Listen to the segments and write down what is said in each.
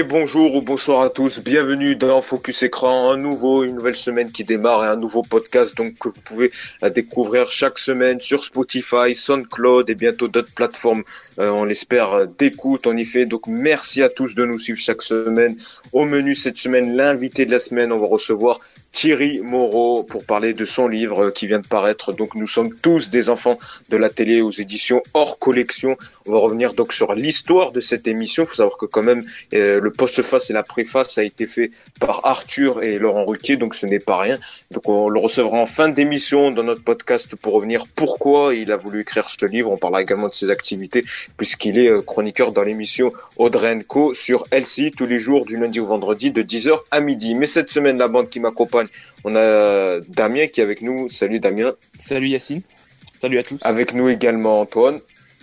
Et bonjour ou bonsoir à tous, bienvenue dans Focus Écran, une nouvelle semaine qui démarre et un nouveau podcast donc que vous pouvez découvrir chaque semaine sur Spotify, SoundCloud et bientôt d'autres plateformes, on l'espère, d'écoute. On y fait donc merci à tous de nous suivre chaque semaine. Au menu cette semaine, l'invité de la semaine, on va recevoir Thierry Moreau pour parler de son livre qui vient de paraître. Donc nous sommes tous des enfants de la télé aux éditions hors collection. On va revenir donc sur l'histoire de cette émission. Il faut savoir que quand même le postface et la préface a été fait par Arthur et Laurent Ruquier, donc ce n'est pas rien. Donc on le recevra en fin d'émission dans notre podcast pour revenir pourquoi il a voulu écrire ce livre. On parlera également de ses activités puisqu'il est chroniqueur dans l'émission Audrey & Co sur LCI tous les jours du lundi au vendredi de 10h à midi. Mais cette semaine, la bande qui m'accompagne, on a Damien qui est avec nous. Salut Damien. Salut Yacine. Salut à tous. Avec nous également Antoine.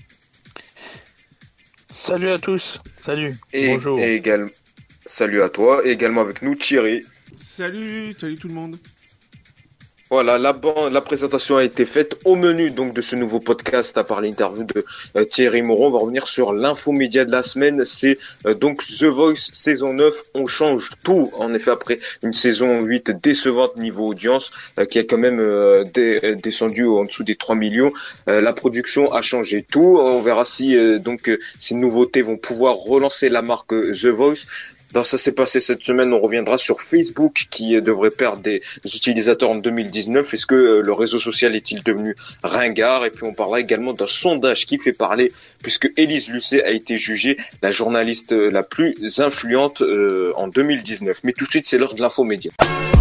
Salut à tous. Salut. Bonjour. Salut à toi. Et également avec nous Thierry. Salut tout le monde. Voilà, la présentation a été faite. Au menu donc de ce nouveau podcast, à part l'interview de Thierry Moreau, on va revenir sur l'infomédia de la semaine. C'est donc The Voice saison 9. On change tout. En effet, après une saison 8 décevante niveau audience, qui a quand même descendu en dessous des 3 millions, la production a changé tout. On verra si ces nouveautés vont pouvoir relancer la marque The Voice. Donc ça s'est passé cette semaine. On reviendra sur Facebook qui devrait perdre des utilisateurs en 2019. Est-ce que le réseau social est-il devenu ringard? Et puis on parlera également d'un sondage qui fait parler puisque Élise Lucet a été jugée la journaliste la plus influente en 2019. Mais tout de suite, c'est l'heure de l'infomédia.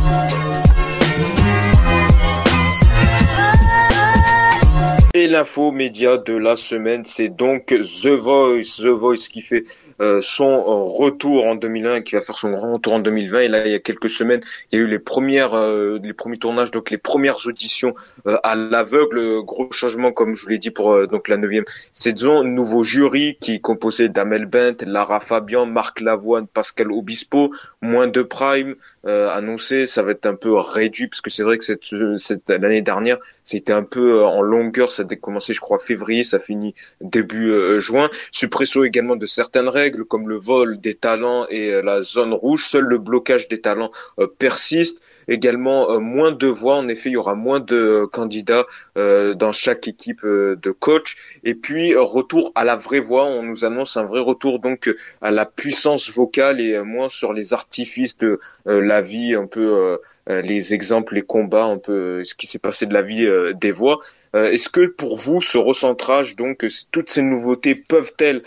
Et l'infomédia de la semaine, c'est donc The Voice qui fait son retour en 2001, qui va faire son grand retour en 2020. Et là, il y a quelques semaines, il y a eu les premiers tournages, donc les premières auditions à l'aveugle. Gros changement, comme je vous l'ai dit, pour donc la 9e saison. Nouveau jury qui est composé d'Amel Bent, Lara Fabian, Marc Lavoine, Pascal Obispo, moins de prime annoncé. Ça va être un peu réduit parce que c'est vrai que cette l'année dernière, c'était un peu en longueur. Ça a commencé, je crois, février, ça finit début juin. Suppression également de certaines règles comme le vol des talents et la zone rouge. Seul le blocage des talents persiste. Également moins de voix, en effet il y aura moins de candidats dans chaque équipe de coach. Et puis retour à la vraie voix, on nous annonce un vrai retour donc à la puissance vocale et moins sur les artifices de la vie, un peu les exemples, les combats, un peu ce qui s'est passé de la vie des voix. Est-ce que pour vous, ce recentrage, donc toutes ces nouveautés peuvent-elles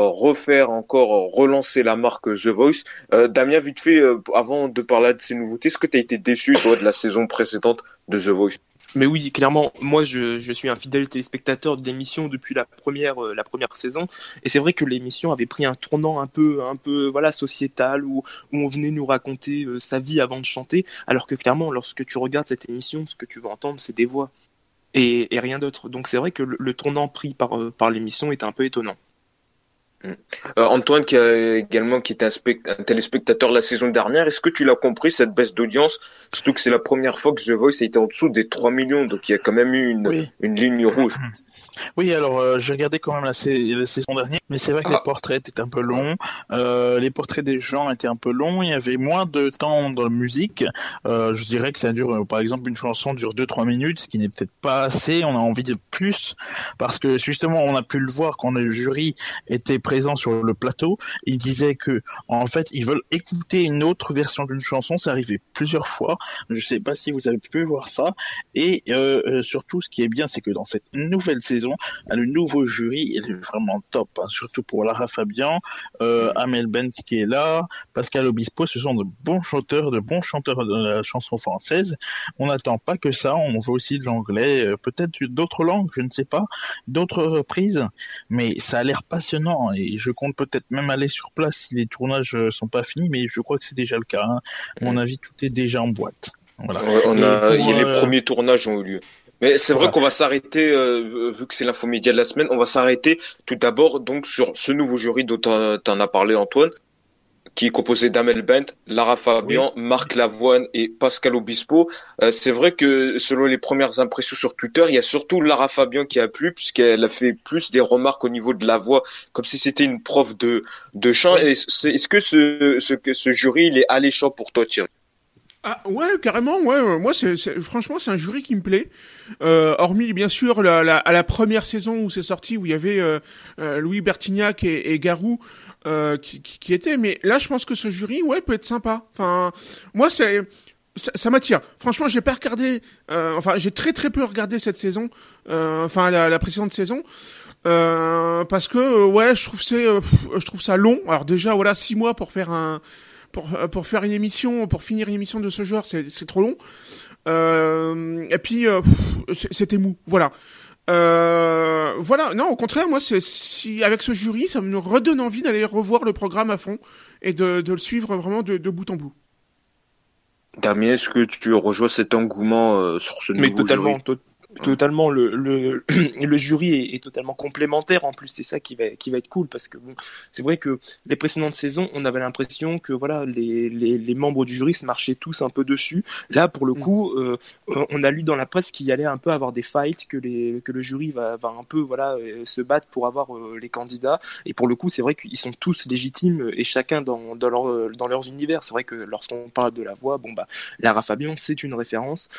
relancer la marque The Voice? Damien, vite fait, avant de parler de ces nouveautés, est-ce que tu as été déçu, toi, de la saison précédente de The Voice? Mais oui, clairement, moi je suis un fidèle téléspectateur de l'émission depuis la première saison, et c'est vrai que l'émission avait pris un tournant un peu voilà, sociétal, où on venait nous raconter sa vie avant de chanter, alors que clairement lorsque tu regardes cette émission, ce que tu vas entendre c'est des voix et rien d'autre. Donc c'est vrai que le tournant pris par l'émission est un peu étonnant. Antoine, qui était un téléspectateur la saison dernière, est-ce que tu l'as compris, cette baisse d'audience? Surtout que c'est la première fois que The Voice a été en dessous des 3 millions, donc il y a quand même eu une ligne rouge. Oui, alors j'ai regardé quand même la saison dernière, mais c'est vrai que les portraits étaient un peu longs, les portraits des gens étaient un peu longs, il y avait moins de temps dans la musique, je dirais que ça dure, par exemple une chanson dure 2-3 minutes, ce qui n'est peut-être pas assez, on a envie de plus, parce que justement on a pu le voir quand le jury était présent sur le plateau, ils disaient que en fait ils veulent écouter une autre version d'une chanson, c'est arrivé plusieurs fois, je sais pas si vous avez pu voir ça, et surtout ce qui est bien c'est que dans cette nouvelle saison, le nouveau jury est vraiment top, hein, surtout pour Lara Fabian, Amel Bent qui est là, Pascal Obispo, ce sont de bons chanteurs de la chanson française. On n'attend pas que ça, on veut aussi de l'anglais, peut-être d'autres langues, je ne sais pas, d'autres reprises, mais ça a l'air passionnant et je compte peut-être même aller sur place si les tournages sont pas finis, mais je crois que c'est déjà le cas, hein. À mon avis, tout est déjà en boîte. Voilà. Les premiers tournages ont eu lieu. Mais c'est vrai qu'on va s'arrêter, vu que c'est l'infomédia de la semaine, on va s'arrêter tout d'abord donc sur ce nouveau jury dont t'en as parlé, Antoine, qui est composé d'Amel Bent, Lara Fabian, Marc Lavoine et Pascal Obispo. C'est vrai que selon les premières impressions sur Twitter, il y a surtout Lara Fabian qui a plu, puisqu'elle a fait plus des remarques au niveau de la voix, comme si c'était une prof de chant. Est-ce que ce jury, il est alléchant pour toi, Thierry? Ah ouais, carrément, ouais. Moi, franchement, c'est un jury qui me plaît. Hormis bien sûr à la première saison où c'est sorti, où il y avait Louis Bertignac et Garou qui étaient. Mais là, je pense que ce jury, ouais, peut être sympa. Enfin, moi, ça m'attire. Franchement, j'ai pas regardé. J'ai très très peu regardé cette saison. La précédente saison. Parce que ouais, je trouve ça long. Alors déjà, voilà, 6 mois pour faire pour faire une émission, pour finir une émission de ce genre, c'est trop long. Et puis c'était mou, voilà. Voilà, non, au contraire, moi, si avec ce jury, ça me redonne envie d'aller revoir le programme à fond et de le suivre vraiment de bout en bout. Damien, est-ce que tu rejoins cet engouement sur ce nouveau totalement, jury? Totalement, le jury est totalement complémentaire. En plus, c'est ça qui va être cool, parce que bon, c'est vrai que les précédentes saisons, on avait l'impression que voilà, les membres du jury se marchaient tous un peu dessus. Là, pour le coup, on a lu dans la presse qu'il y allait un peu avoir des fights, que le jury va un peu se battre pour avoir les candidats. Et pour le coup, c'est vrai qu'ils sont tous légitimes, et chacun dans leurs univers. C'est vrai que lorsqu'on parle de la voix, Lara Fabian, c'est une référence.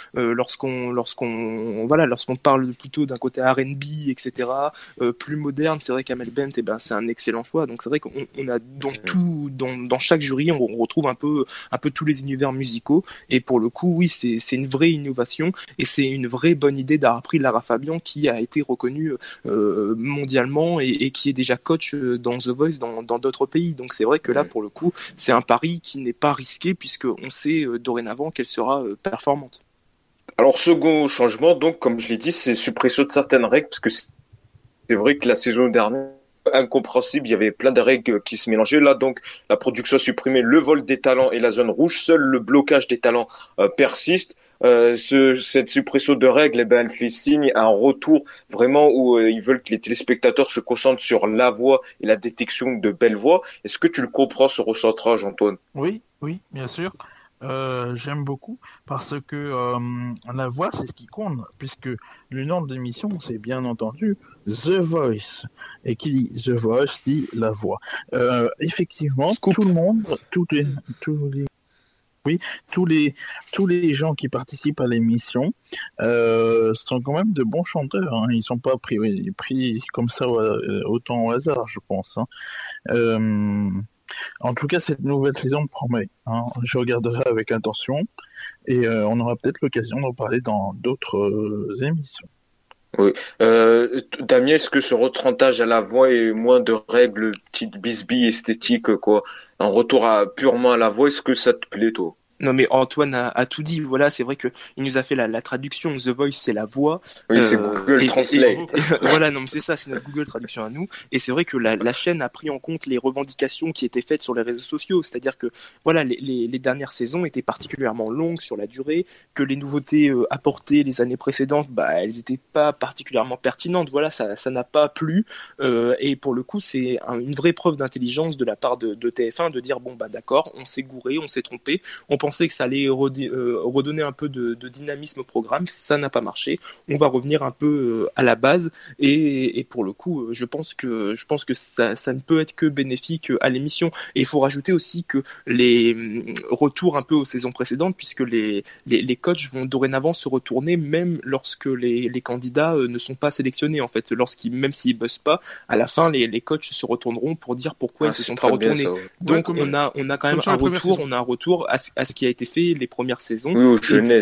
Lorsqu'on parle plutôt d'un côté R&B, etc., plus moderne, c'est vrai qu'Amel Bent, c'est un excellent choix. Donc c'est vrai qu'on a dans chaque jury, on retrouve un peu tous les univers musicaux. Et pour le coup, oui, c'est une vraie innovation, et c'est une vraie bonne idée d'avoir pris Lara Fabian, qui a été reconnue mondialement et qui est déjà coach dans The Voice dans d'autres pays. Donc c'est vrai que là, pour le coup, c'est un pari qui n'est pas risqué, puisqu'on sait dorénavant qu'elle sera performante. Alors, second changement, donc, comme je l'ai dit, c'est suppression de certaines règles, parce que c'est vrai que la saison dernière, incompréhensible, il y avait plein de règles qui se mélangeaient. Là, donc, la production a supprimé le vol des talents et la zone rouge. Seul le blocage des talents persiste. Cette suppression de règles, elle fait signe à un retour vraiment où ils veulent que les téléspectateurs se concentrent sur la voix et la détection de belles voix. Est-ce que tu le comprends, ce recentrage, Antoine? Oui, bien sûr. J'aime beaucoup, parce que la voix, c'est ce qui compte, puisque le nom de l'émission, c'est bien entendu The Voice, et qui dit The Voice dit la voix. Effectivement, tout le monde, tous les gens qui participent à l'émission sont quand même de bons chanteurs, hein. Ils sont pas pris comme ça autant au hasard, je pense, hein. En tout cas, cette nouvelle saison me promet, hein. Je regarderai avec attention, et on aura peut-être l'occasion d'en parler dans d'autres émissions. Oui. Damien, est-ce que ce retrantage à la voix et moins de règles, petites bisbilles esthétiques, quoi, un retour purement à la voix, est-ce que ça te plaît, toi? Non, mais Antoine a tout dit. Voilà, c'est vrai que il nous a fait la traduction. The Voice, c'est la voix. Oui, c'est Google Translate. Voilà, non, mais c'est ça, c'est notre Google Traduction à nous. Et c'est vrai que la chaîne a pris en compte les revendications qui étaient faites sur les réseaux sociaux. C'est-à-dire que voilà, les dernières saisons étaient particulièrement longues sur la durée, que les nouveautés apportées les années précédentes, elles n'étaient pas particulièrement pertinentes. Voilà, ça n'a pas plu. Et pour le coup, c'est une vraie preuve d'intelligence de la part de TF1 de dire d'accord, on s'est gouré, on s'est trompé, on pensait que ça allait redonner un peu de dynamisme au programme, ça n'a pas marché. On va revenir un peu à la base, et pour le coup, je pense que ça ne peut être que bénéfique à l'émission. Et il faut rajouter aussi que les retours un peu aux saisons précédentes, puisque les coachs vont dorénavant se retourner même lorsque les candidats ne sont pas sélectionnés, en fait. Même s'ils buzzent pas, à la fin les coachs se retourneront pour dire pourquoi ils ne se sont pas retournés. Ça, ouais. Donc on a quand même un retour à ce qui a été fait les premières saisons. Oui,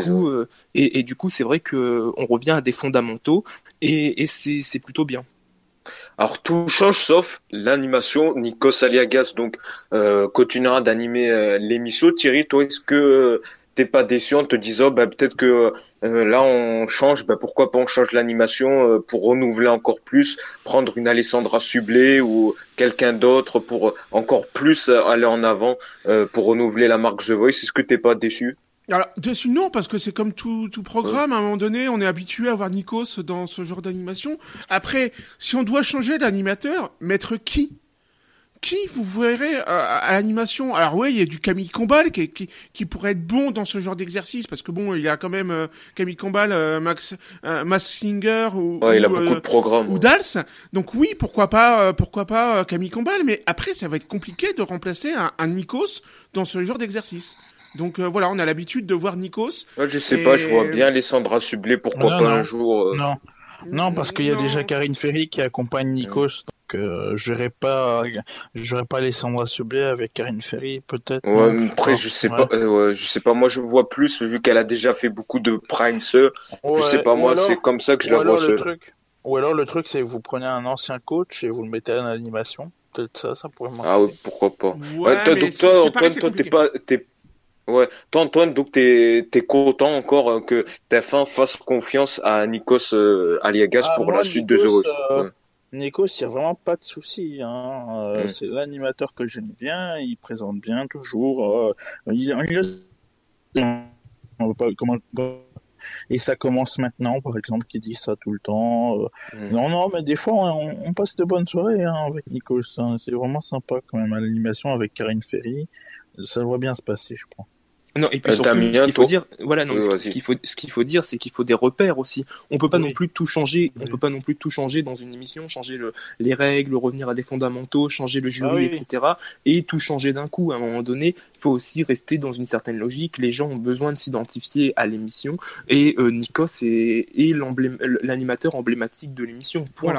et du coup, c'est vrai que on revient à des fondamentaux, et c'est plutôt bien. Alors tout change sauf l'animation. Nikos Aliagas donc continuera d'animer l'émission. Thierry, toi, est-ce que t'es pas déçu en te disant peut-être que là on change, pourquoi pas on change l'animation pour renouveler encore plus, prendre une Alessandra Sublet ou quelqu'un d'autre pour encore plus aller en avant pour renouveler la marque The Voice. Est-ce que t'es pas déçu? Alors, déçu non, parce que c'est comme tout programme, à un moment donné, on est habitué à voir Nikos dans ce genre d'animation. Après, si on doit changer d'animateur, mettre qui? qui vous verrez à l'animation? Alors ouais, il y a du Camille Combal qui pourrait être bon dans ce genre d'exercice parce que bon, il y a quand même Camille Combal, Max Singer il a beaucoup de programmes. Ou Dals. Donc oui, pourquoi pas Camille Combal, mais après ça va être compliqué de remplacer un Nikos dans ce genre d'exercice. Donc voilà, on a l'habitude de voir Nikos. Ouais, je sais pas, je vois bien Alessandra Sublet, pourquoi pas un jour. Non, parce qu'il y a déjà Karine Ferry qui accompagne Nikos, donc j'aurais pas Alessandra Sublet avec Karine Ferry, peut-être. Ouais, après je sais pas, moi je vois plus vu qu'elle a déjà fait beaucoup de Prime Sœur. Je sais pas, moi c'est comme ça que je la vois seule. Ou alors le truc c'est que vous prenez un ancien coach et vous le mettez en animation. Peut-être ça pourrait marcher. Ah oui, pourquoi pas. Ouais, toi Antoine, Ouais, toi Antoine, donc t'es content encore que TF1 fasse confiance à Nikos Aliagas pour la suite de The Voice. Nikos, il n'y a vraiment pas de souci. C'est l'animateur que j'aime bien, il présente bien toujours. On veut pas comment. Et ça commence maintenant, par exemple, qui dit ça tout le temps. Non, mais des fois, on passe de bonnes soirées avec Nikos. C'est vraiment sympa quand même à l'animation avec Karine Ferry. Ça devrait bien se passer, je crois. Non, et puis surtout, ce qu'il faut dire, ce qu'il faut dire, c'est qu'il faut des repères aussi. On peut pas non plus tout changer. On peut pas non plus tout changer dans une émission, changer les règles, revenir à des fondamentaux, changer le jury, etc. Et tout changer d'un coup. À un moment donné, il faut aussi rester dans une certaine logique. Les gens ont besoin de s'identifier à l'émission. Et Nikos est l'animateur emblématique de l'émission. Voilà.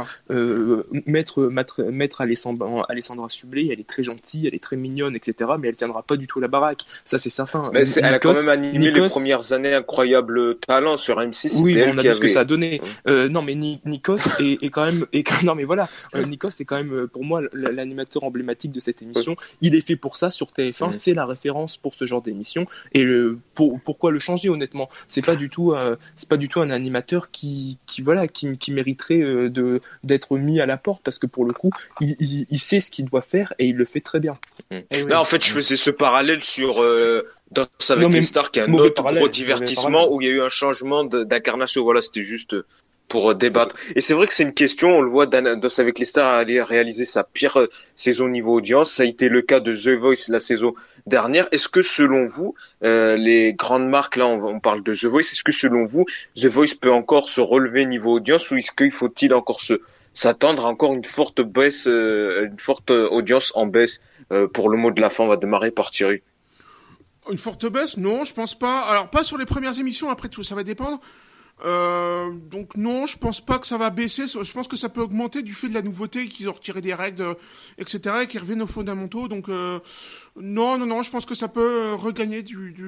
Mettre Alessandra Sublet, elle est très gentille, elle est très mignonne, etc. Mais elle tiendra pas du tout la baraque. Ça, c'est certain. Elle a quand même animé les premières années Incroyable Talent sur M6. Oui, on a vu ce que ça a donné. Non, mais Nikos est quand même. Non, mais voilà. Nikos est quand même, pour moi, l'animateur emblématique de cette émission. Il est fait pour ça sur TF1. C'est la référence pour ce genre d'émission. Et pourquoi le changer, honnêtement? C'est pas du tout un animateur qui mériterait d'être mis à la porte parce que pour le coup, il sait ce qu'il doit faire et il le fait très bien. Là, en fait, je faisais ce parallèle sur Danse avec les stars, qui est un autre gros divertissement où il y a eu un changement d'incarnation. Voilà, c'était juste pour débattre. Et c'est vrai que c'est une question, on le voit, Danse avec les stars a réalisé sa pire saison niveau audience. Ça a été le cas de The Voice la saison dernière. Est-ce que selon vous, les grandes marques, là on parle de The Voice, est-ce que selon vous, The Voice peut encore se relever niveau audience ou est-ce qu'il faut-il encore s'attendre à encore une forte baisse, une forte audience en baisse pour le mot de la fin? On va démarrer par Thierry. Une forte baisse? Non, je pense pas. Alors, pas sur les premières émissions, après tout, ça va dépendre. Donc non, je pense pas que ça va baisser. Je pense que ça peut augmenter du fait de la nouveauté, qu'ils ont retiré des règles, etc., et qu'ils reviennent aux fondamentaux. Donc non, je pense que ça peut regagner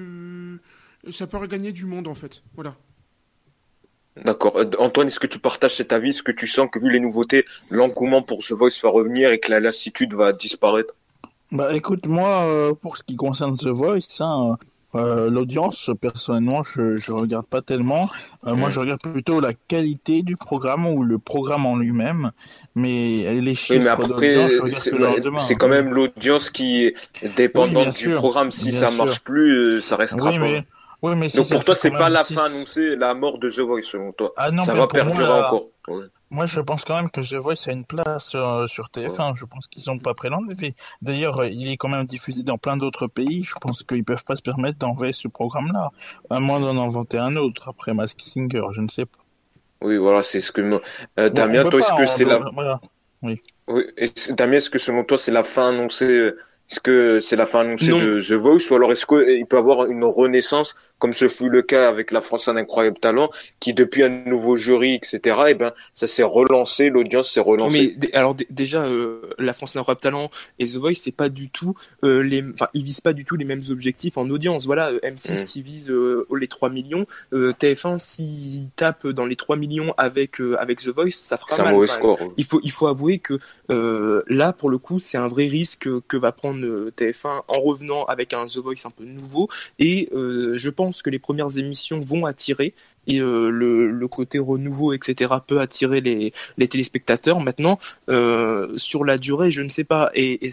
ça peut regagner du monde, en fait. Voilà. D'accord. Antoine, est-ce que tu partages cet avis? Est-ce que tu sens que vu les nouveautés, l'engouement pour The Voice va revenir et que la lassitude va disparaître? Bah écoute, moi, pour ce qui concerne The Voice, l'audience, personnellement, je regarde pas tellement. Moi, je regarde plutôt la qualité du programme ou le programme en lui-même. Mais les chiffres c'est quand même l'audience qui est dépendante du programme. Si ça marche plus, ça restera pas. Oui, mais donc pour toi, c'est pas la fin annoncée, la mort de The Voice, selon toi. Non, ça va perdurer encore. Moi, je pense quand même que The Voice a une place sur TF1. Je pense qu'ils sont pas prêts d'enlever. D'ailleurs, il est quand même diffusé dans plein d'autres pays. Je pense qu'ils peuvent pas se permettre d'enlever ce programme-là, à moins d'en inventer un autre après Mask Singer. Je ne sais pas. Oui, voilà, c'est ce que Damien, toi, est-ce que c'est Oui. Damien, est-ce que selon toi, c'est la fin annoncée? Est-ce que c'est la fin annoncée de The Voice ou alors est-ce qu'il peut y avoir une renaissance comme ce fut le cas avec La France a un incroyable talent, qui depuis un nouveau jury, etc., eh ben, ça s'est relancé, l'audience s'est relancée. Mais alors déjà, La France a un incroyable talent et The Voice, c'est pas du tout ils visent pas du tout les mêmes objectifs en audience. Voilà, M6 qui vise les 3 millions, TF1 s'il tape dans les 3 millions avec The Voice, ça fera mal. C'est un mauvais score. Il faut avouer que là, pour le coup, c'est un vrai risque que va prendre TF1 en revenant avec un The Voice un peu nouveau. Et je pense que les premières émissions vont attirer et le côté renouveau, etc., peut attirer les téléspectateurs. Maintenant, sur la durée, je ne sais pas. Et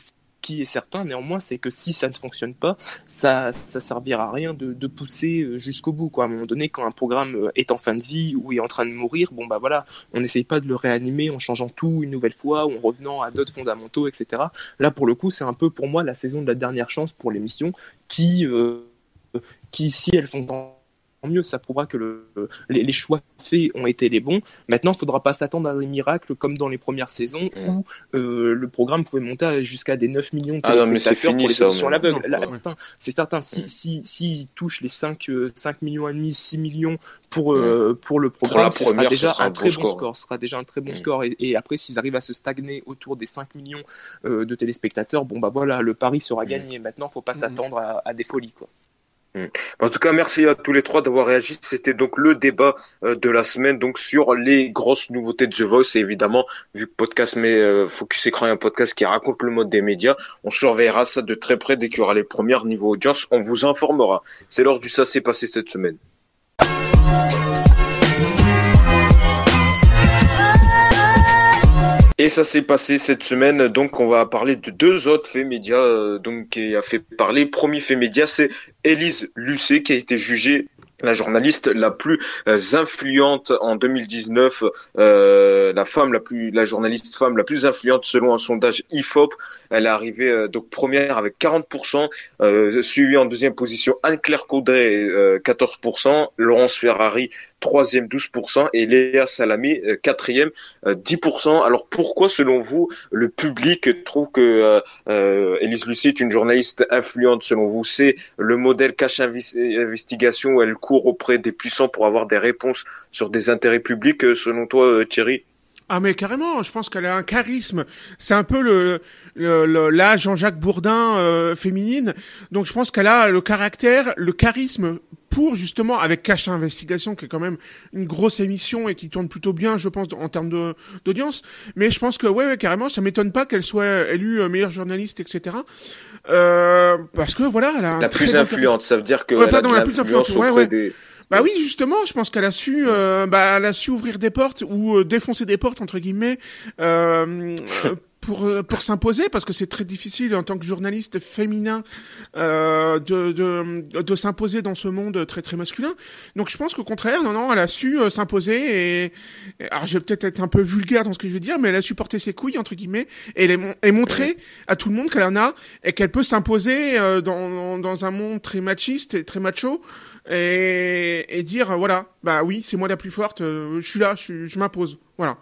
qui est certain néanmoins, c'est que si ça ne fonctionne pas, ça servira à rien de pousser jusqu'au bout, quoi. À un moment donné, quand un programme est en fin de vie ou est en train de mourir, bon bah voilà, on n'essaye pas de le réanimer en changeant tout une nouvelle fois ou en revenant à d'autres fondamentaux, etc. Là, pour le coup, c'est un peu pour moi la saison de la dernière chance pour l'émission qui si elles font mieux, ça prouvera que les choix faits ont été les bons. Maintenant, il ne faudra pas s'attendre à des miracles comme dans les premières saisons où le programme pouvait monter jusqu'à des 9 millions de téléspectateurs pour les auditions à l'aveugle. C'est certain, s'ils touchent les 5 millions et demi, 6 millions pour le programme, ce sera déjà un très bon score. Ce sera déjà un très bon score. Et après, s'ils arrivent à se stagner autour des 5 millions de téléspectateurs, bon bah voilà, le pari sera gagné. Maintenant, il ne faut pas s'attendre à des folies, quoi. En tout cas, merci à tous les trois d'avoir réagi. C'était donc le débat de la semaine, donc sur les grosses nouveautés de The Voice. Et évidemment, vu que podcast Focus Écran est un podcast qui raconte le mode des médias, on surveillera ça de très près dès qu'il y aura les premières niveaux audience. On vous informera. C'est l'heure du Ça s'est passé cette semaine. Et ça s'est passé cette semaine, donc on va parler de deux autres faits médias qui a fait parler. Premier fait média, c'est Élise Lucet qui a été jugée la journaliste la plus influente en 2019, la journaliste femme la plus influente selon un sondage IFOP. Elle est arrivée donc première avec 40%, suivie en deuxième position Anne-Claire Caudray 14%, Laurence Ferrari troisième 12% et Léa Salamé quatrième 10%. Alors pourquoi selon vous le public trouve que Élise Lucet est une journaliste influente? Selon vous, c'est le modèle cache investigation où elle court auprès des puissants pour avoir des réponses sur des intérêts publics, selon toi Thierry? Ah mais carrément, je pense qu'elle a un charisme. C'est un peu la Jean-Jacques Bourdin féminine. Donc je pense qu'elle a le caractère, le charisme pour justement, avec Cache Investigation, qui est quand même une grosse émission et qui tourne plutôt bien, je pense, en termes d'audience. Mais je pense que ouais, carrément, ça m'étonne pas qu'elle soit élue meilleure journaliste, etc. Parce que voilà, elle a la plus influente. Ça veut dire que elle a de l'influence auprès des... Bah oui, justement, je pense qu'elle a su, ouvrir des portes ou défoncer des portes entre guillemets pour s'imposer, parce que c'est très difficile en tant que journaliste féminin de s'imposer dans ce monde très très masculin. Donc je pense qu'au contraire, non, elle a su s'imposer et alors je vais peut-être être un peu vulgaire dans ce que je vais dire, mais elle a su porter ses couilles entre guillemets et montrer à tout le monde qu'elle en a et qu'elle peut s'imposer dans un monde très machiste et très macho. Et dire voilà, bah oui, c'est moi la plus forte, je suis là, je m'impose, voilà.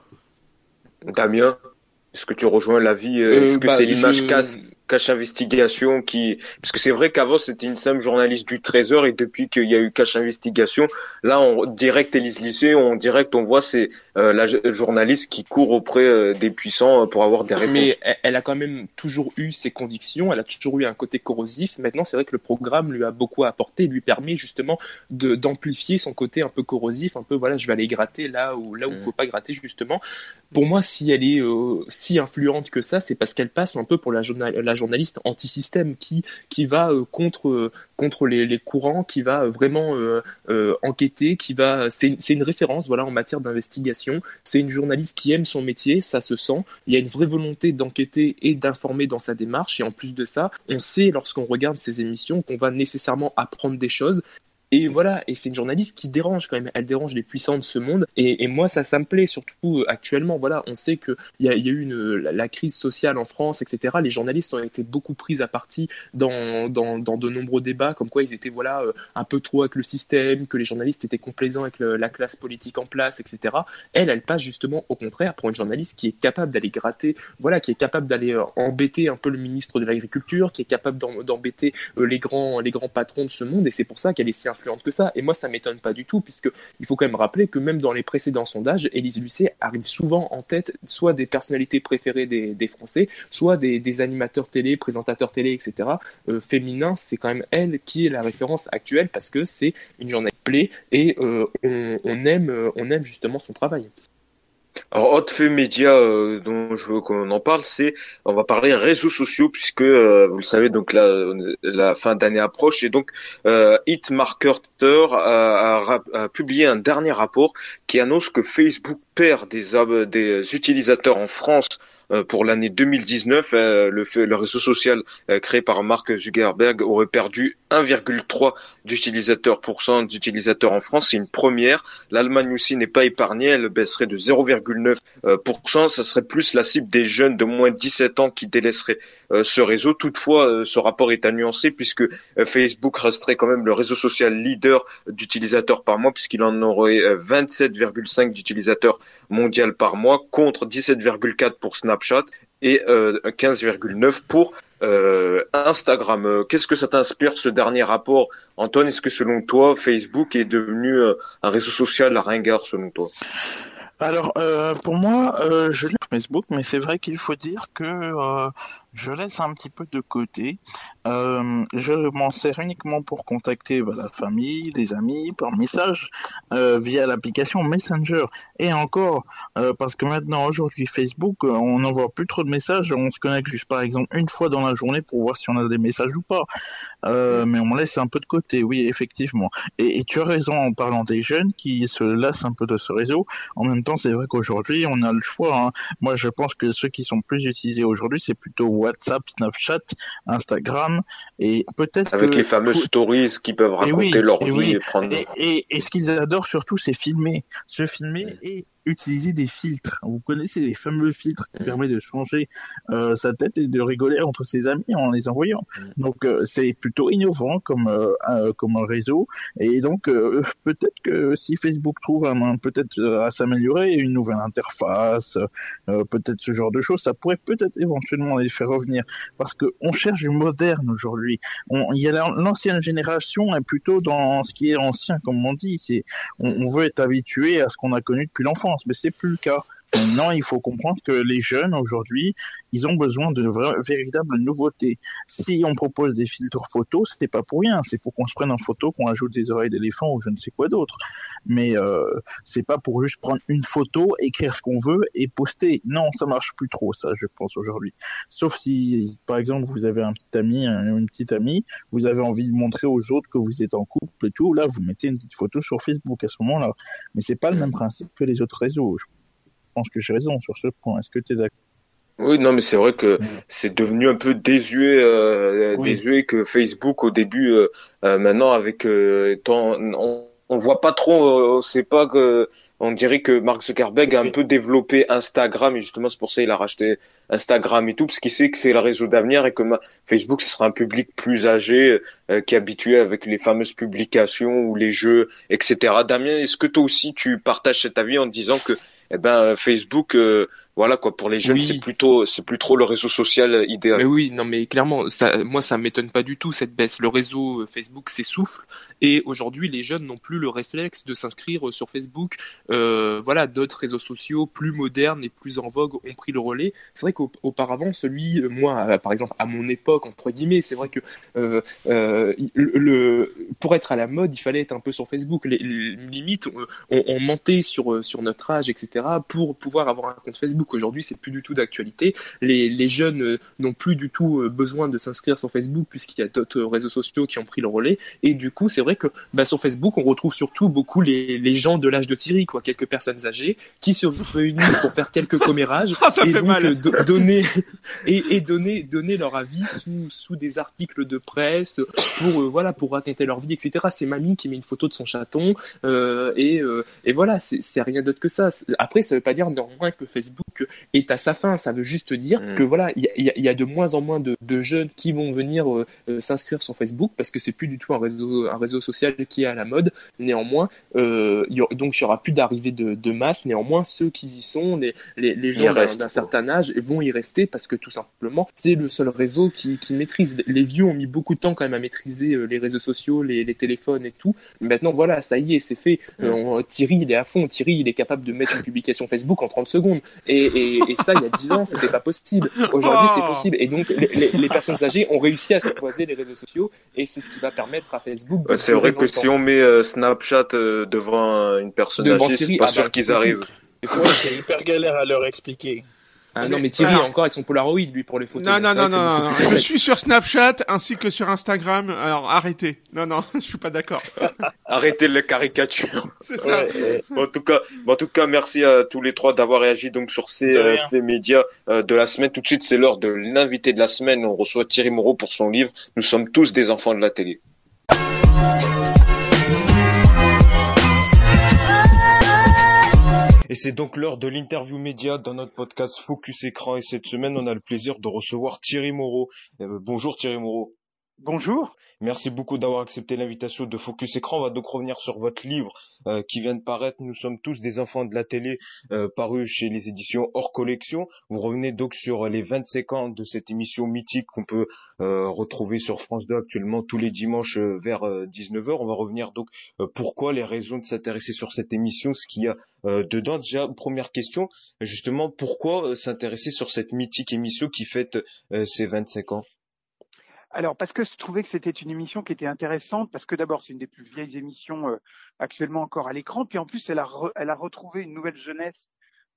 Damien, est-ce que tu rejoins l'avis, est-ce que c'est l'image Cache Investigation parce que c'est vrai qu'avant c'était une simple journaliste du Trésor et depuis qu'il y a eu Cache Investigation, là on direct Élise Lucet, on voit c'est la journaliste qui court auprès des puissants pour avoir des réponses. Mais elle a quand même toujours eu ses convictions, elle a toujours eu un côté corrosif. Maintenant c'est vrai que le programme lui a beaucoup apporté, lui permet justement d'amplifier son côté un peu corrosif, un peu voilà, je vais aller gratter là où il faut pas gratter justement. Pour moi, si elle est si influente que ça, c'est parce qu'elle passe un peu pour la journaliste anti-système qui va contre les courants, qui va vraiment enquêter, c'est une référence voilà en matière d'investigation. C'est une journaliste qui aime son métier, ça se sent. Il y a une vraie volonté d'enquêter et d'informer dans sa démarche. Et en plus de ça, on sait lorsqu'on regarde ces émissions qu'on va nécessairement apprendre des choses. Et voilà, et c'est une journaliste qui dérange quand même, elle dérange les puissants de ce monde, et moi ça me plaît, surtout actuellement, voilà, on sait qu'il y a eu la crise sociale en France, etc. Les journalistes ont été beaucoup pris à partie dans de nombreux débats, comme quoi ils étaient voilà un peu trop avec le système, que les journalistes étaient complaisants avec la classe politique en place, etc. Elle passe justement au contraire pour une journaliste qui est capable d'aller gratter, voilà, qui est capable d'aller embêter un peu le ministre de l'Agriculture, qui est capable d'embêter les grands patrons de ce monde, et c'est pour ça qu'elle est si influente que ça. Et moi, ça m'étonne pas du tout, puisque il faut quand même rappeler que même dans les précédents sondages, Élise Lucet arrive souvent en tête, soit des personnalités préférées des Français, soit des animateurs télé, présentateurs télé, etc. Féminins, c'est quand même elle qui est la référence actuelle, parce que c'est une journaliste plaît et on aime justement son travail. Alors, autre fait média dont je veux qu'on en parle, on va parler réseaux sociaux puisque vous le savez donc la fin d'année approche et donc Hitmarketer a publié un dernier rapport qui annonce que Facebook perd des utilisateurs en France pour l'année 2019, le réseau social créé par Mark Zuckerberg aurait perdu 1,3 d'utilisateurs en France. C'est une première. L'Allemagne aussi n'est pas épargnée. Elle baisserait de 0,9%. Ça serait plus la cible des jeunes de moins de 17 ans qui délaisseraient ce réseau. Toutefois, ce rapport est à nuancer puisque Facebook resterait quand même le réseau social leader d'utilisateurs par mois puisqu'il en aurait 27,5 d'utilisateurs mondiaux par mois contre 17,4 pour Snapchat et 15,9 pour Instagram. Qu'est-ce que ça t'inspire ce dernier rapport, Antoine? Est-ce que selon toi, Facebook est devenu un réseau social ringard selon toi? Alors, pour moi, je lis Facebook, mais c'est vrai qu'il faut dire que je laisse un petit peu de côté. Je m'en sers uniquement pour contacter la famille, les amis, par message, via l'application Messenger. Et encore, parce que maintenant, aujourd'hui, Facebook, on n'envoie plus trop de messages, on se connecte juste par exemple une fois dans la journée pour voir si on a des messages ou pas. Mais on laisse un peu de côté, oui, effectivement. Et tu as raison en parlant des jeunes qui se lassent un peu de ce réseau. En même temps, c'est vrai qu'aujourd'hui, on a le choix. Hein. Moi, je pense que ceux qui sont plus utilisés aujourd'hui, c'est plutôt WhatsApp, Snapchat, Instagram, et peut-être avec les fameuses stories qui peuvent raconter leur vie et prendre. Et ce qu'ils adorent surtout, c'est filmer, se filmer et utiliser des filtres. Vous connaissez les fameux filtres qui permettent de changer sa tête et de rigoler entre ses amis en les envoyant. Donc c'est plutôt innovant comme un réseau. Et donc peut-être que si Facebook trouve peut-être à s'améliorer, une nouvelle interface, peut-être ce genre de choses, ça pourrait peut-être éventuellement les faire revenir. Parce que on cherche du moderne aujourd'hui. Il y a l'ancienne génération est plutôt dans ce qui est ancien, comme on dit. On veut être habitué à ce qu'on a connu depuis l'enfance. Mais c'est plus le cas. Maintenant, il faut comprendre que les jeunes, aujourd'hui, ils ont besoin de véritables nouveautés. Si on propose des filtres photos, c'est pas pour rien. C'est pour qu'on se prenne en photo, qu'on ajoute des oreilles d'éléphant ou je ne sais quoi d'autre. Mais c'est pas pour juste prendre une photo, écrire ce qu'on veut et poster. Non, ça marche plus trop, ça, je pense, aujourd'hui. Sauf si, par exemple, vous avez un petit ami, une petite amie, vous avez envie de montrer aux autres que vous êtes en couple et tout, là, vous mettez une petite photo sur Facebook à ce moment-là. Mais c'est pas le même principe que les autres réseaux. Je pense que j'ai raison sur ce point. Est-ce que tu es d'accord? Oui, non, mais c'est vrai que c'est devenu un peu désuet, désuet que Facebook au début. Maintenant, avec on voit pas trop. C'est pas que on dirait que Mark Zuckerberg a un peu développé Instagram et justement c'est pour ça qu'il a racheté Instagram et tout parce qu'il sait que c'est le réseau d'avenir et que Facebook ce sera un public plus âgé qui est habitué avec les fameuses publications ou les jeux, etc. Damien, est-ce que toi aussi tu partages cet avis en disant que Facebook, voilà quoi, pour les jeunes, c'est plus trop le réseau social idéal. Mais oui, non mais clairement, ça m'étonne pas du tout cette baisse. Le réseau Facebook s'essouffle et aujourd'hui les jeunes n'ont plus le réflexe de s'inscrire sur Facebook. Voilà, d'autres réseaux sociaux plus modernes et plus en vogue ont pris le relais. C'est vrai qu'auparavant, moi, par exemple, à mon époque entre guillemets, c'est vrai que pour être à la mode, il fallait être un peu sur Facebook. Limite, on mentait sur notre âge, etc. pour pouvoir avoir un compte Facebook. Aujourd'hui, c'est plus du tout d'actualité. Les jeunes n'ont plus du tout besoin de s'inscrire sur Facebook puisqu'il y a d'autres réseaux sociaux qui ont pris le relais. Et du coup, c'est vrai que sur Facebook, on retrouve surtout beaucoup les gens de l'âge de Thierry, quoi, quelques personnes âgées qui se réunissent pour faire quelques commérages et donc donner leur avis sous des articles de presse pour raconter leur vie, etc. C'est mamie qui met une photo de son chaton et voilà, c'est rien d'autre que ça. Après, ça veut pas dire néanmoins que Facebook est à sa fin. Ça veut juste dire que voilà, il y a de moins en moins de jeunes qui vont venir s'inscrire sur Facebook parce que c'est plus du tout un réseau social qui est à la mode. Néanmoins, donc il y aura plus d'arrivée de masse. Néanmoins, ceux qui y sont, les gens d'un certain âge vont y rester parce que tout simplement, c'est le seul réseau qui maîtrise. Les vieux ont mis beaucoup de temps quand même à maîtriser les réseaux sociaux, les téléphones et tout. Maintenant, voilà, ça y est, c'est fait. Thierry, il est à fond. Thierry, il est capable de mettre une publication Facebook en 30 secondes. Et ça, il y a 10 ans, c'était pas possible. Aujourd'hui, c'est possible. Et donc, les personnes âgées ont réussi à s'apprivoiser les réseaux sociaux et c'est ce qui va permettre à Facebook de c'est vrai que si on met Snapchat devant une personne âgée, c'est pas sûr qu'ils arrivent. C'est hyper galère à leur expliquer. Ah non, mais Thierry alors, encore avec son Polaroid, lui, pour les photos. non, Donc, non, c'est vrai non, que c'est non, beaucoup non, plus je complexe. suis sur Snapchat ainsi que sur Instagram. Alors arrêtez. Non, non, je suis pas d'accord. Arrêtez les caricatures. C'est ça. En tout cas, merci à tous les trois d'avoir réagi donc sur ces De rien. faits médias de la semaine. Tout de suite, c'est l'heure de l'invité de la semaine. On reçoit Thierry Moreau pour son livre. Nous sommes tous des enfants de la télé. Et c'est donc l'heure de l'interview média dans notre podcast Focus Écran. Et cette semaine, on a le plaisir de recevoir Thierry Moreau. Bonjour Thierry Moreau. Bonjour. Merci beaucoup d'avoir accepté l'invitation de Focus Écran. On va donc revenir sur votre livre qui vient de paraître. Nous sommes tous des enfants de la télé, paru chez les éditions Hors Collection. Vous revenez donc sur les 25 ans de cette émission mythique qu'on peut retrouver sur France 2 actuellement tous les dimanches vers 19h. On va revenir donc pourquoi, les raisons de s'intéresser sur cette émission, ce qu'il y a dedans. Déjà, première question, justement, pourquoi s'intéresser sur cette mythique émission qui fête ses 25 ans? Alors, parce que je trouvais que c'était une émission qui était intéressante, parce que d'abord, c'est une des plus vieilles émissions actuellement encore à l'écran, puis en plus, elle a retrouvé une nouvelle jeunesse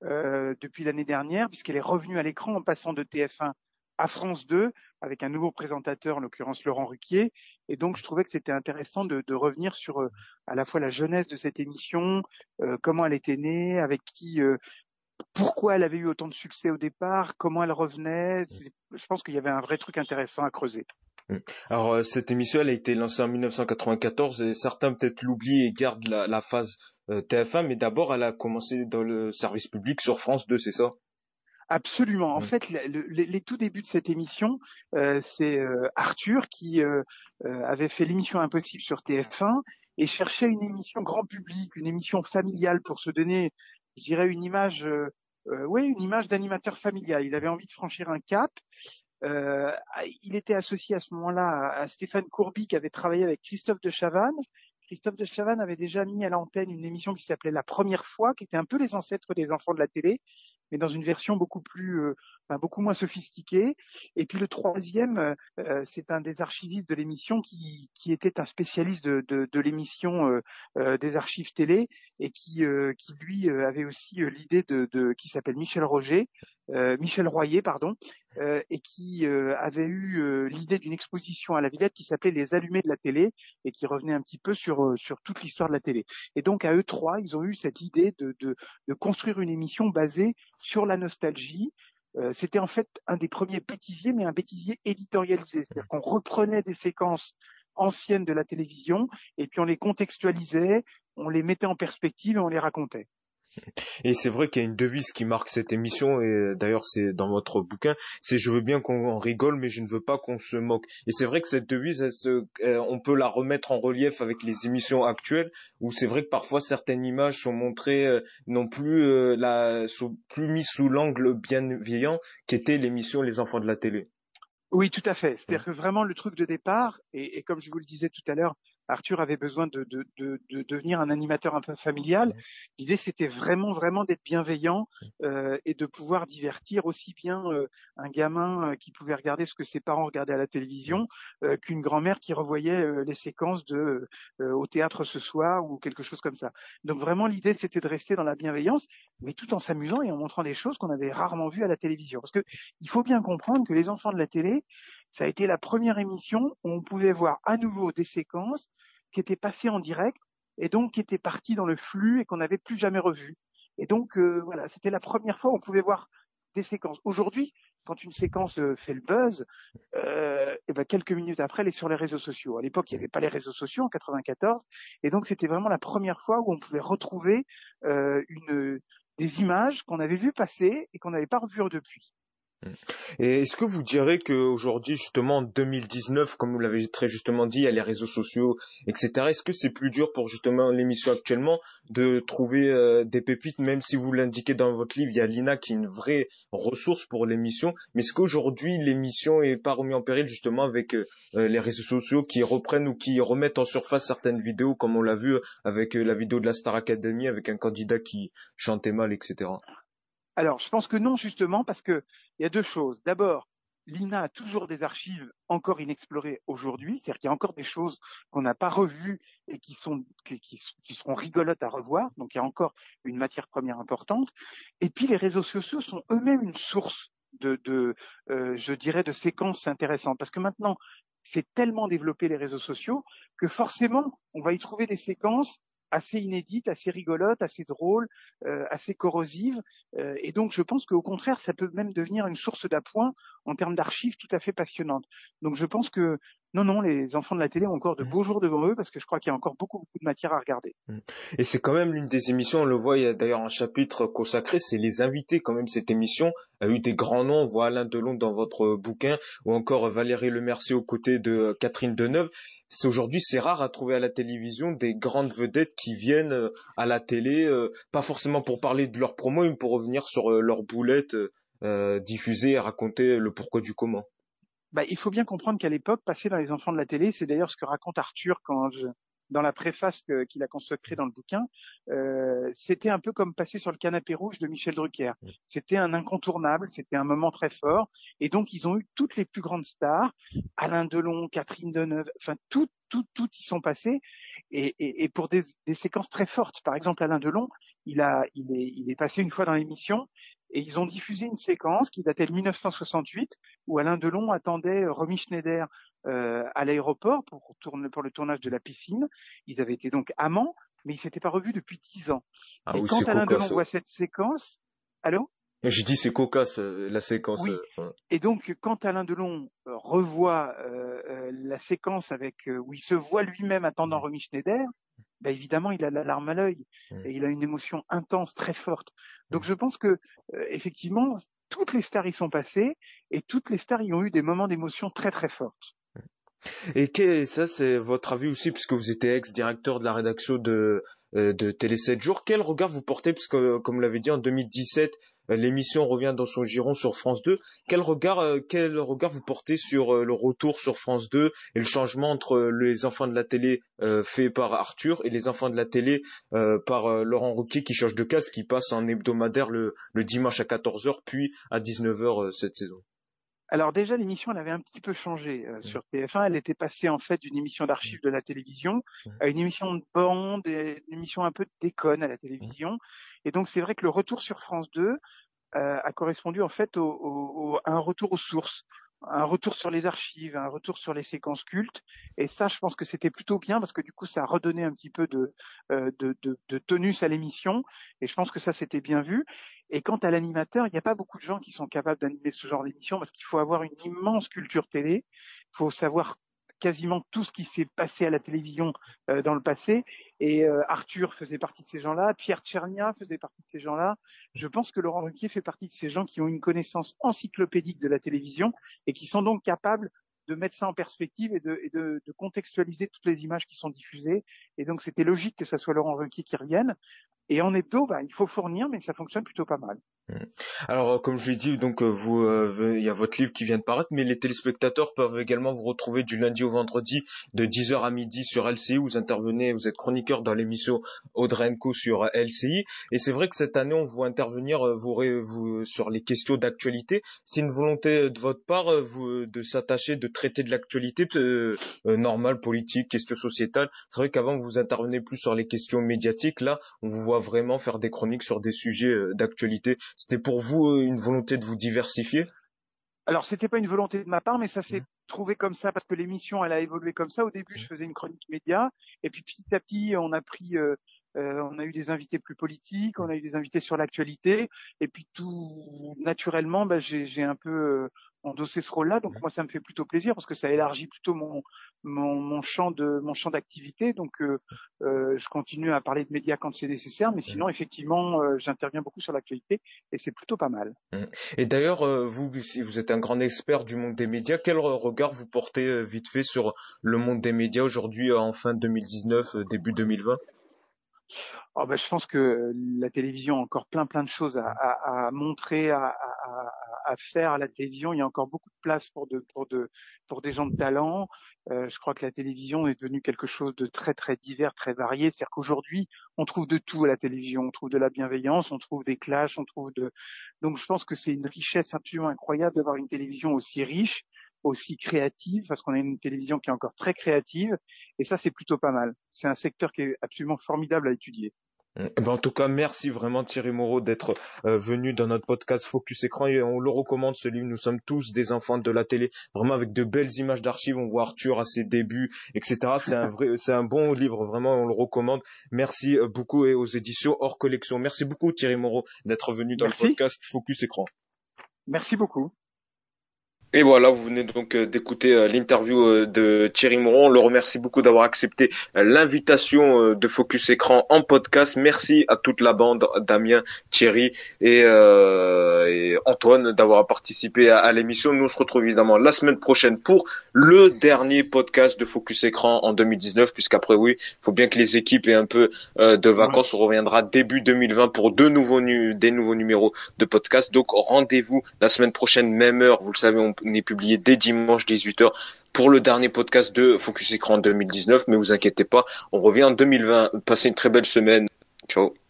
depuis l'année dernière, puisqu'elle est revenue à l'écran en passant de TF1 à France 2, avec un nouveau présentateur, en l'occurrence Laurent Ruquier, et donc je trouvais que c'était intéressant de revenir sur à la fois la jeunesse de cette émission, comment elle était née, avec qui... pourquoi elle avait eu autant de succès au départ, comment elle revenait. Je pense qu'il y avait un vrai truc intéressant à creuser. Alors, cette émission, elle a été lancée en 1994 et certains peut-être l'oublient et gardent la phase TF1, mais d'abord, elle a commencé dans le service public sur France 2, c'est ça? Absolument. En fait, les tout débuts de cette émission, c'est Arthur qui avait fait l'émission Impossible sur TF1 et cherchait une émission grand public, une émission familiale pour se donner, je dirais, une image, une image d'animateur familial. Il avait envie de franchir un cap. Euh, il était associé à ce moment-là à Stéphane Courby qui avait travaillé avec Christophe de Chavannes. Christophe de Chavannes avait déjà mis à l'antenne une émission qui s'appelait La Première Fois, qui était un peu les ancêtres des enfants de la télé, mais dans une version beaucoup moins sophistiquée. Et puis le troisième, c'est un des archivistes de l'émission qui était un spécialiste de l'émission des archives télé et qui lui avait aussi l'idée qui s'appelle Michel Royer, pardon, et qui avait eu l'idée d'une exposition à la Villette qui s'appelait Les Allumés de la télé et qui revenait un petit peu sur toute l'histoire de la télé. Et donc à eux trois, ils ont eu cette idée de construire une émission basée sur la nostalgie. C'était en fait un des premiers bêtisiers, mais un bêtisier éditorialisé, c'est-à-dire qu'on reprenait des séquences anciennes de la télévision et puis on les contextualisait, on les mettait en perspective et on les racontait. Et c'est vrai qu'il y a une devise qui marque cette émission, et d'ailleurs c'est dans votre bouquin, c'est je veux bien qu'on rigole, mais je ne veux pas qu'on se moque. Et c'est vrai que cette devise, on peut la remettre en relief avec les émissions actuelles, où c'est vrai que parfois certaines images sont montrées, non plus, sont plus mises sous l'angle bienveillant qu'était l'émission Les Enfants de la télé. Oui, tout à fait. C'est-à-dire que vraiment le truc de départ, et comme je vous le disais tout à l'heure, Arthur avait besoin de devenir un animateur un peu familial. L'idée, c'était vraiment d'être bienveillant et de pouvoir divertir aussi bien un gamin qui pouvait regarder ce que ses parents regardaient à la télévision qu'une grand-mère qui revoyait les séquences au théâtre ce soir ou quelque chose comme ça. Donc vraiment, l'idée, c'était de rester dans la bienveillance, mais tout en s'amusant et en montrant des choses qu'on avait rarement vues à la télévision. Parce que il faut bien comprendre que Les Enfants de la télé, ça a été la première émission où on pouvait voir à nouveau des séquences qui étaient passées en direct et donc qui étaient parties dans le flux et qu'on n'avait plus jamais revues. Et donc voilà, c'était la première fois où on pouvait voir des séquences. Aujourd'hui, quand une séquence fait le buzz, et ben quelques minutes après, elle est sur les réseaux sociaux. À l'époque, il n'y avait pas les réseaux sociaux en 94, et donc c'était vraiment la première fois où on pouvait retrouver des images qu'on avait vues passer et qu'on n'avait pas revues depuis. Et est-ce que vous direz qu'aujourd'hui, justement, en 2019, comme vous l'avez très justement dit, il y a les réseaux sociaux, etc. Est-ce que c'est plus dur pour justement l'émission actuellement de trouver des pépites, même si vous l'indiquez dans votre livre, il y a Lina qui est une vraie ressource pour l'émission. Mais est-ce qu'aujourd'hui, l'émission est pas remise en péril justement avec les réseaux sociaux qui reprennent ou qui remettent en surface certaines vidéos, comme on l'a vu avec la vidéo de la Star Academy, avec un candidat qui chantait mal, etc. Alors, je pense que non, justement, parce que il y a deux choses. D'abord, l'INA a toujours des archives encore inexplorées aujourd'hui, c'est-à-dire qu'il y a encore des choses qu'on n'a pas revues et qui seront rigolotes à revoir, donc il y a encore une matière première importante. Et puis les réseaux sociaux sont eux-mêmes une source je dirais, de séquences intéressantes, parce que maintenant, c'est tellement développé les réseaux sociaux que forcément, on va y trouver des séquences assez inédites, assez rigolotes, assez drôles, assez corrosives. Et donc, je pense qu'au contraire, ça peut même devenir une source d'appoint en termes d'archives tout à fait passionnantes. Donc, je pense que non, les enfants de la télé ont encore de beaux jours devant eux parce que je crois qu'il y a encore beaucoup de matière à regarder. Et c'est quand même l'une des émissions, on le voit, il y a d'ailleurs un chapitre consacré, c'est les invités quand même. Cette émission a eu des grands noms, on voit Alain Delon dans votre bouquin ou encore Valérie Lemercier aux côtés de Catherine Deneuve. Aujourd'hui, c'est rare à trouver à la télévision des grandes vedettes qui viennent à la télé, pas forcément pour parler de leur promo, mais pour revenir sur leurs boulettes diffusées et raconter le pourquoi du comment. Il faut bien comprendre qu'à l'époque, passer dans les enfants de la télé, c'est d'ailleurs ce que raconte Arthur dans la préface qu'il a consacrée dans le bouquin, c'était un peu comme passer sur le canapé rouge de Michel Drucker. C'était un incontournable, c'était un moment très fort, et donc ils ont eu toutes les plus grandes stars, Alain Delon, Catherine Deneuve, enfin toutes y sont passées, et pour des séquences très fortes. Par exemple, Alain Delon, il est passé une fois dans l'émission, et ils ont diffusé une séquence qui datait de 1968, où Alain Delon attendait Romy Schneider à l'aéroport pour le tournage de La Piscine. Ils avaient été donc amants, mais ils s'étaient pas revus depuis 10 ans. Et quand Alain Delon voit cette séquence, allô? J'ai dit c'est cocasse la séquence. Oui. Et donc quand Alain Delon revoit la séquence où il se voit lui-même attendant Romy Schneider, évidemment il a la larme à l'œil et il a une émotion intense très forte. Donc je pense que effectivement toutes les stars y sont passées et toutes les stars y ont eu des moments d'émotion très très fortes. Et ça, c'est votre avis aussi, puisque vous étiez ex-directeur de la rédaction de Télé 7 jours. Quel regard vous portez, puisque, comme vous l'avez dit, en 2017, l'émission revient dans son giron sur France 2. Quel regard vous portez sur le retour sur France 2 et le changement entre les enfants de la télé fait par Arthur et les enfants de la télé par Laurent Ruquier qui change de case, qui passe en hebdomadaire le dimanche à 14h, puis à 19h cette saison? Alors déjà, l'émission, elle avait un petit peu changé sur TF1. Elle était passée en fait d'une émission d'archives de la télévision à une émission de bande, une émission un peu de déconne à la télévision. Et donc c'est vrai que le retour sur France 2 a correspondu en fait à un retour aux sources, un retour sur les archives, un retour sur les séquences cultes. Et ça, je pense que c'était plutôt bien parce que du coup, ça a redonné un petit peu de tonus à l'émission. Et je pense que ça, c'était bien vu. Et quant à l'animateur, il n'y a pas beaucoup de gens qui sont capables d'animer ce genre d'émission parce qu'il faut avoir une immense culture télé. Il faut savoir quasiment tout ce qui s'est passé à la télévision dans le passé. Et Arthur faisait partie de ces gens-là, Pierre Tchernia faisait partie de ces gens-là. Je pense que Laurent Ruquier fait partie de ces gens qui ont une connaissance encyclopédique de la télévision et qui sont donc capables de mettre ça en perspective et de contextualiser toutes les images qui sont diffusées. Et donc c'était logique que ça soit Laurent Ruquier qui revienne. Et en hebdo, il faut fournir, mais ça fonctionne plutôt pas mal. Alors, comme je l'ai dit, donc il y a votre livre qui vient de paraître, mais les téléspectateurs peuvent également vous retrouver du lundi au vendredi de 10h à midi sur LCI. Vous intervenez, vous êtes chroniqueur dans l'émission Audrey & Co sur LCI. Et c'est vrai que cette année, on vous intervenir vous sur les questions d'actualité. C'est une volonté de votre part, de s'attacher, de traiter de l'actualité normale, politique, questions sociétales. C'est vrai qu'avant, vous intervenez plus sur les questions médiatiques. Là, on vous voit vraiment faire des chroniques sur des sujets d'actualité. C'était pour vous une volonté de vous diversifier? Alors, c'était pas une volonté de ma part, mais ça s'est trouvé comme ça parce que l'émission, elle a évolué comme ça. Au début, je faisais une chronique média, et puis petit à petit, on a eu des invités plus politiques, on a eu des invités sur l'actualité, et puis tout naturellement, j'ai un peu endossé ce rôle-là. Donc moi, ça me fait plutôt plaisir parce que ça élargit plutôt mon champ d'activité. Donc je continue à parler de médias quand c'est nécessaire, mais sinon effectivement, j'interviens beaucoup sur l'actualité et c'est plutôt pas mal. Et d'ailleurs, si vous êtes un grand expert du monde des médias, quel regard vous portez vite fait sur le monde des médias aujourd'hui en fin 2019, début 2020? Oh ben, je pense que la télévision a encore plein de choses à montrer, à faire à la télévision. Il y a encore beaucoup de place pour des gens de talent. Je crois que la télévision est devenue quelque chose de très divers, très varié. C'est-à-dire qu'aujourd'hui, on trouve de tout à la télévision. On trouve de la bienveillance, on trouve des clashs, donc je pense que c'est une richesse absolument incroyable d'avoir une télévision aussi riche, aussi créative, parce qu'on a une télévision qui est encore très créative. Et ça, c'est plutôt pas mal. C'est un secteur qui est absolument formidable à étudier. En tout cas, merci vraiment Thierry Moreau d'être venu dans notre podcast Focus Écran et on le recommande ce livre. Nous sommes tous des enfants de la télé, vraiment avec de belles images d'archives. On voit Arthur à ses débuts, etc. C'est un bon livre, vraiment on le recommande. Merci beaucoup et aux éditions hors collection. Merci beaucoup Thierry Moreau d'être venu dans le podcast Focus Écran. Merci beaucoup. Et voilà, vous venez donc d'écouter l'interview de Thierry Moreau. On le remercie beaucoup d'avoir accepté l'invitation de Focus Écran en podcast. Merci à toute la bande, Damien, Thierry et Antoine d'avoir participé à l'émission. Nous on se retrouve évidemment la semaine prochaine pour le dernier podcast de Focus Écran en 2019, puisqu'après oui, il faut bien que les équipes aient un peu de vacances. On reviendra début 2020 pour des nouveaux numéros de podcast. Donc rendez-vous la semaine prochaine, même heure. Vous le savez, on est publié dès dimanche 18h pour le dernier podcast de Focus Écran 2019, mais vous inquiétez pas, on revient en 2020. Passez une très belle semaine. Ciao.